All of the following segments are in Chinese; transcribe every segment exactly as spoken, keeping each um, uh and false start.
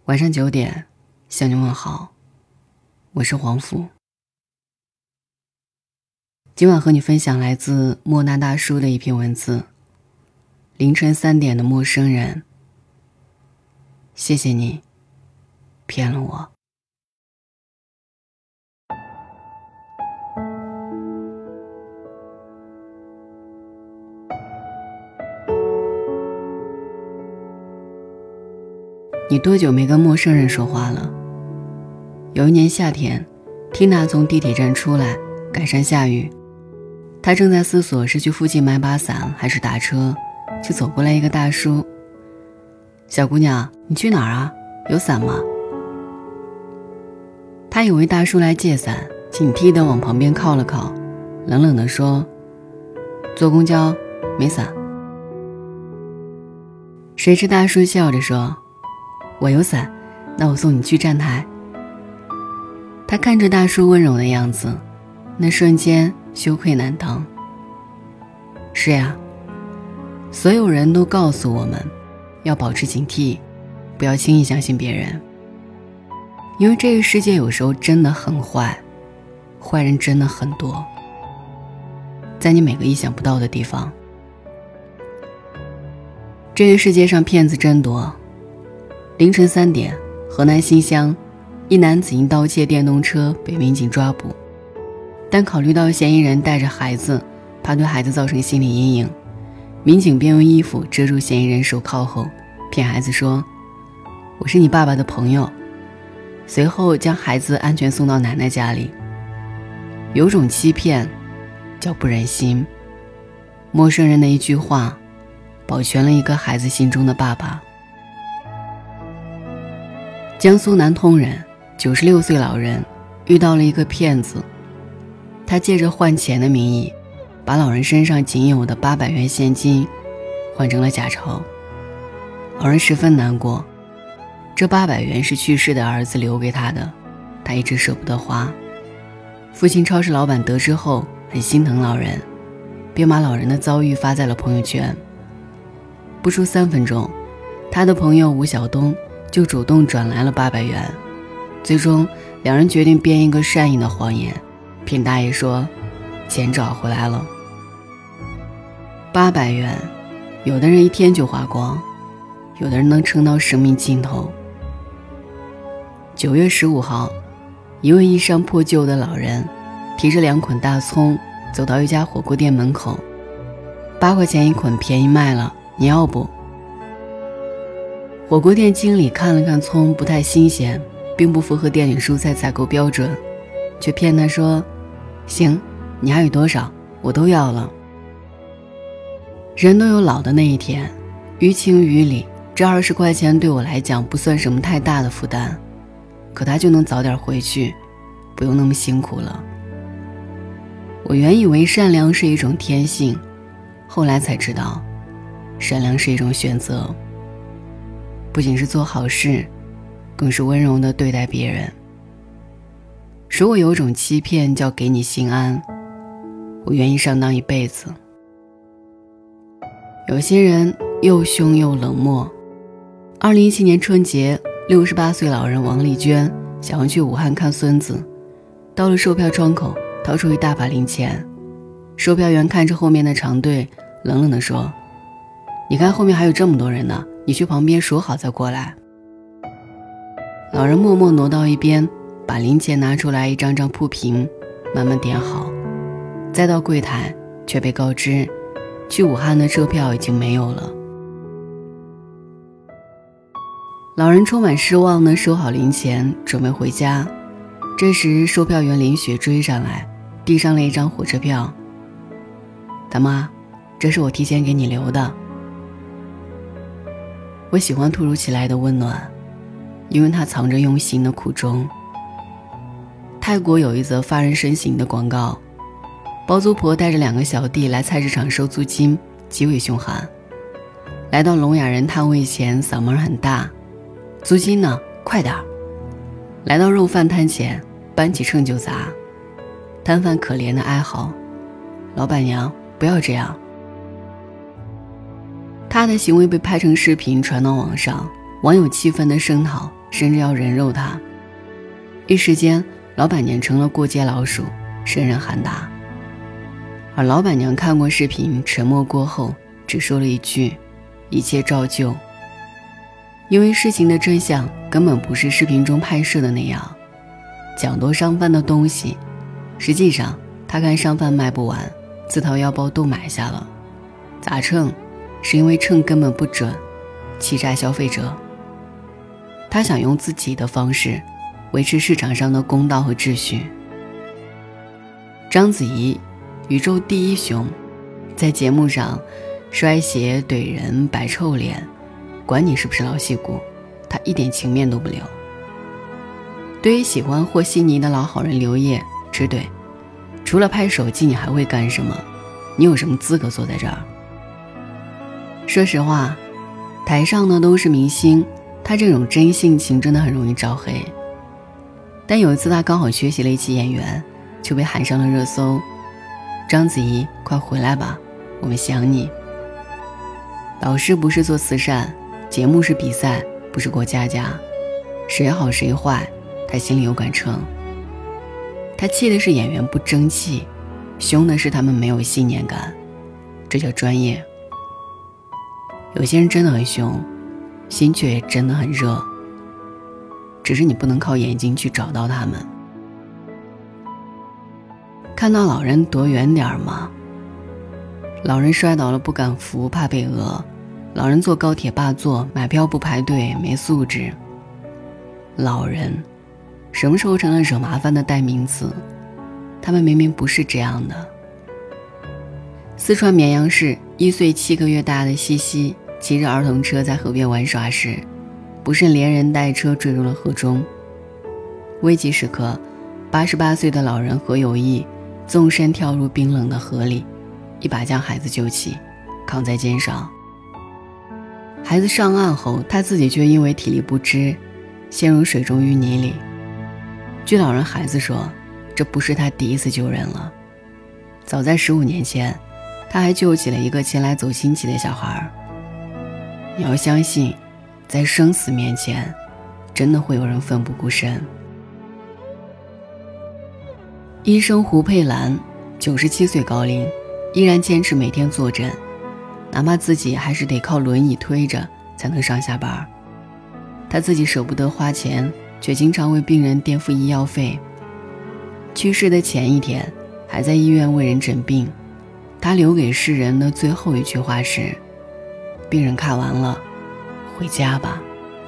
晚上九点向你问好，我是黄甫。今晚和你分享来自莫那大叔的一篇文字。凌晨三点的陌生人，谢谢你骗了我。你多久没跟陌生人说话了？有一年夏天，缇娜从地铁站出来，赶上下雨，她正在思索是去附近买把伞还是打车，就走过来一个大叔。小姑娘，你去哪儿啊？有伞吗？她以为大叔来借伞，警惕地往旁边靠了靠，冷冷地说，坐公交没伞。谁知大叔笑着说，我有伞，那我送你去站台。他看着大叔温柔的样子，那瞬间羞愧难当。是呀，所有人都告诉我们要保持警惕，不要轻易相信别人，因为这个世界有时候真的很坏，坏人真的很多，在你每个意想不到的地方。这个世界上骗子真多。凌晨三点，河南新乡，一男子因盗窃电动车被民警抓捕，但考虑到嫌疑人带着孩子，怕对孩子造成心理阴影，民警便用衣服遮住嫌疑人手铐后，骗孩子说，我是你爸爸的朋友，随后将孩子安全送到奶奶家里。有种欺骗叫不忍心，陌生人的一句话保全了一个孩子心中的爸爸。江苏南通人，九十六岁老人遇到了一个骗子，他借着换钱的名义，把老人身上仅有的八百元现金换成了假钞。老人十分难过，这八百元是去世的儿子留给他的，他一直舍不得花。父亲超市老板得知后很心疼老人，便把老人的遭遇发在了朋友圈。不出三分钟，他的朋友吴晓东就主动转来了八百元，最终两人决定编一个善意的谎言，骗大爷说钱找回来了。八百元，有的人一天就花光，有的人能撑到生命尽头。九月十五号，一位衣衫破旧的老人提着两捆大葱走到一家火锅店门口，八块钱一捆，便宜卖了，你要不？火锅店经理看了看葱，不太新鲜，并不符合店里蔬菜采购标准，却骗他说，行，你还有多少我都要了。人都有老的那一天，于情于理，这二十块钱对我来讲不算什么太大的负担，可他就能早点回去，不用那么辛苦了。我原以为善良是一种天性，后来才知道善良是一种选择，不仅是做好事，更是温柔地对待别人。如果有种欺骗叫给你心安，我愿意上当一辈子。有些人又凶又冷漠。二零一七年春节，六十八岁老人王丽娟想要去武汉看孙子，到了售票窗口，掏出一大把零钱。售票员看着后面的长队，冷冷地说，你看后面还有这么多人呢，你去旁边数好再过来。老人默默挪到一边，把零钱拿出来一张张铺平，慢慢点好，再到柜台，却被告知去武汉的车票已经没有了。老人充满失望地收好零钱，准备回家。这时售票员林雪追上来，递上了一张火车票。大妈，这是我提前给你留的。我喜欢突如其来的温暖，因为它藏着用心的苦衷。泰国有一则发人深省的广告，包租婆带着两个小弟来菜市场收租金，极为凶悍。来到聋哑人摊位前，嗓门很大，租金呢？快点儿！来到肉贩摊前，搬起秤就砸。摊贩可怜的哀嚎，老板娘不要这样。他的行为被拍成视频传到网上，网友气愤地声讨， 甚至要人肉他。一时间，老板娘成了过街老鼠，人人喊打。而老板娘看过视频，沉默过后，只说了一句：“一切照旧。”因为事情的真相根本不是视频中拍摄的那样，讲多商贩的东西，实际上他看商贩卖不完，自掏腰包都买下了。砸秤是因为秤根本不准，欺诈消费者。他想用自己的方式维持市场上的公道和秩序。章子怡，宇宙第一熊，在节目上摔鞋怼人摆臭脸，管你是不是老戏骨，他一点情面都不留。对于喜欢和稀泥的老好人刘烨，只怼：除了拍手机你还会干什么？你有什么资格坐在这儿？说实话，台上呢都是明星，他这种真性情真的很容易招黑。但有一次他刚好学习了一期演员，就被喊上了热搜：章子怡，快回来吧，我们想你。老师不是做慈善，节目是比赛，不是过家家，谁好谁坏他心里有杆秤。他气的是演员不争气，凶的是他们没有信念感，这叫专业。有些人真的很凶，心却也真的很热，只是你不能靠眼睛去找到他们。看到老人躲远点吗？老人摔倒了不敢扶，怕被讹；老人坐高铁霸座，买票不排队，没素质。老人什么时候成了惹麻烦的代名词？他们明明不是这样的。四川绵阳市一岁七个月大的西西骑着儿童车在河边玩耍时，不慎连人带车坠入了河中。危急时刻，八十八岁的老人何有义纵身跳入冰冷的河里，一把将孩子救起，扛在肩上。孩子上岸后，他自己却因为体力不支陷入水中淤泥里。据老人孩子说，这不是他第一次救人了，早在十五年前，他还救起了一个前来走亲戚的小孩。你要相信，在生死面前，真的会有人奋不顾身。医生胡佩兰九十七岁高龄，依然坚持每天坐诊，哪怕自己还是得靠轮椅推着才能上下班。他自己舍不得花钱，却经常为病人垫付医药费。去世的前一天，还在医院为人诊病。他留给世人的最后一句话是：病人看完了，回家吧。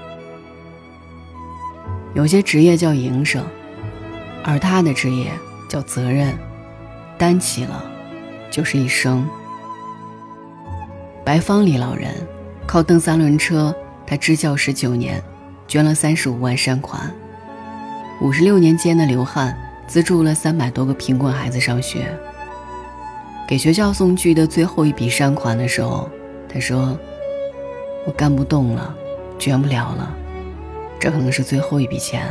有些职业叫营生，而他的职业叫责任，担起了就是一生。白方礼老人靠蹬三轮车，他支教十九年，捐了三十五万善款。五十六年间的流汗，资助了三百多个贫困孩子上学。给学校送去的最后一笔善款的时候，他说：我干不动了，捐不了了，这可能是最后一笔钱。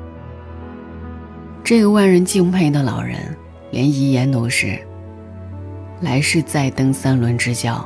这个万人敬佩的老人，连遗言都是：来世再蹬三轮支教。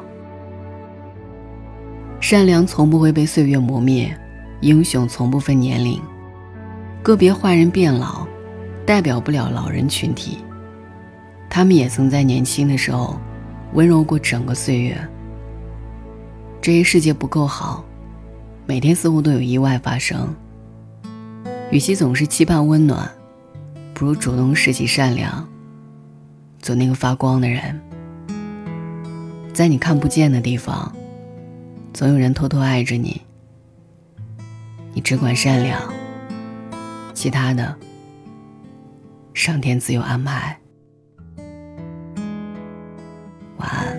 善良从不会被岁月磨灭，英雄从不分年龄。个别坏人变老，代表不了老人群体，他们也曾在年轻的时候温柔过整个岁月。这一世界不够好，每天似乎都有意外发生。与其总是期盼温暖，不如主动拾起善良，做那个发光的人。在你看不见的地方，总有人偷偷爱着你。你只管善良，其他的上天自有安排。晚安。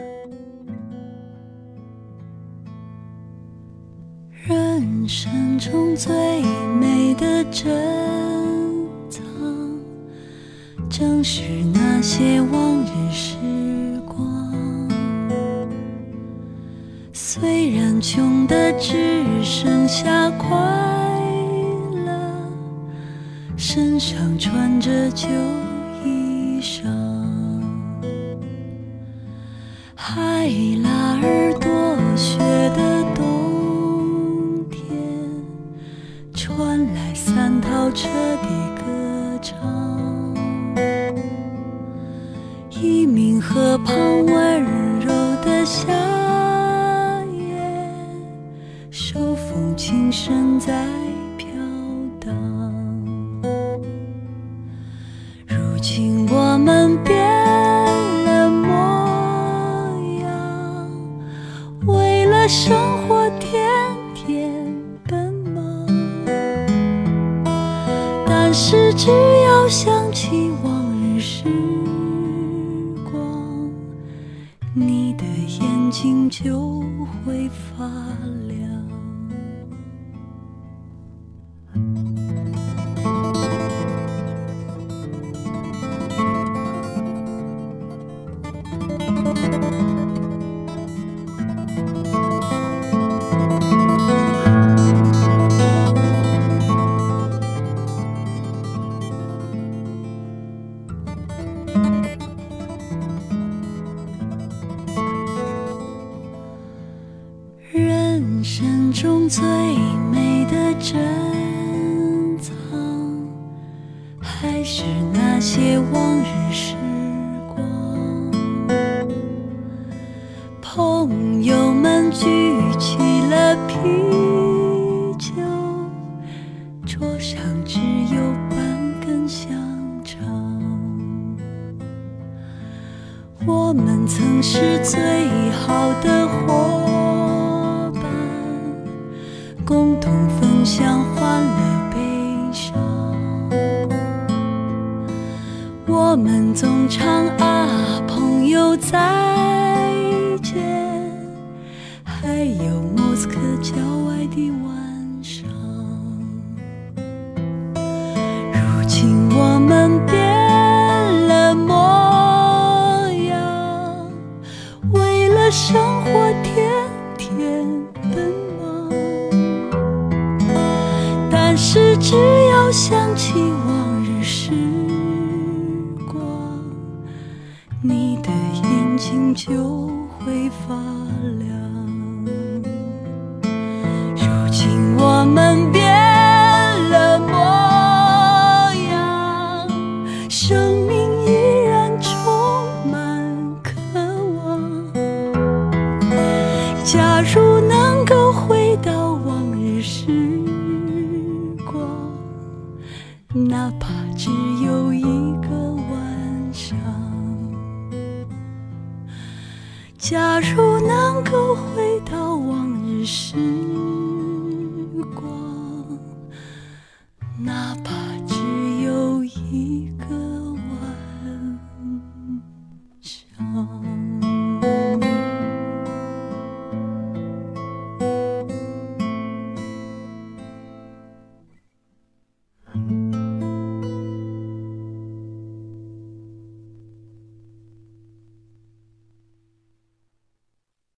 人生中最美的珍藏，正是那些往日时光。虽然穷的只剩下快乐，身上穿着旧衣裳，海拉尔多雪的冬天，穿传来三套车的歌唱，一名河旁温柔的夏夜，手风琴声在飘荡。如今我们变了模样，为了生活天天奔忙，但是只要想起往日时光，你的眼睛就会发亮。人生中最美的珍藏，还是那些往日时光。朋友们举起了啤酒，桌上只有半根香肠。我们曾是最好的伙伴，共同分享欢乐悲伤。我们总唱啊朋友再见，还有莫斯科郊外的晚上。如今我们变了模样，为了生活天天奔忙，但是只要想起往日时光，你的眼睛就会发亮。如今我们变了模样，生命依然充满渴望。假如能够回到往日时光，哪怕只有一个晚上。假如能够回到往日时光，哪怕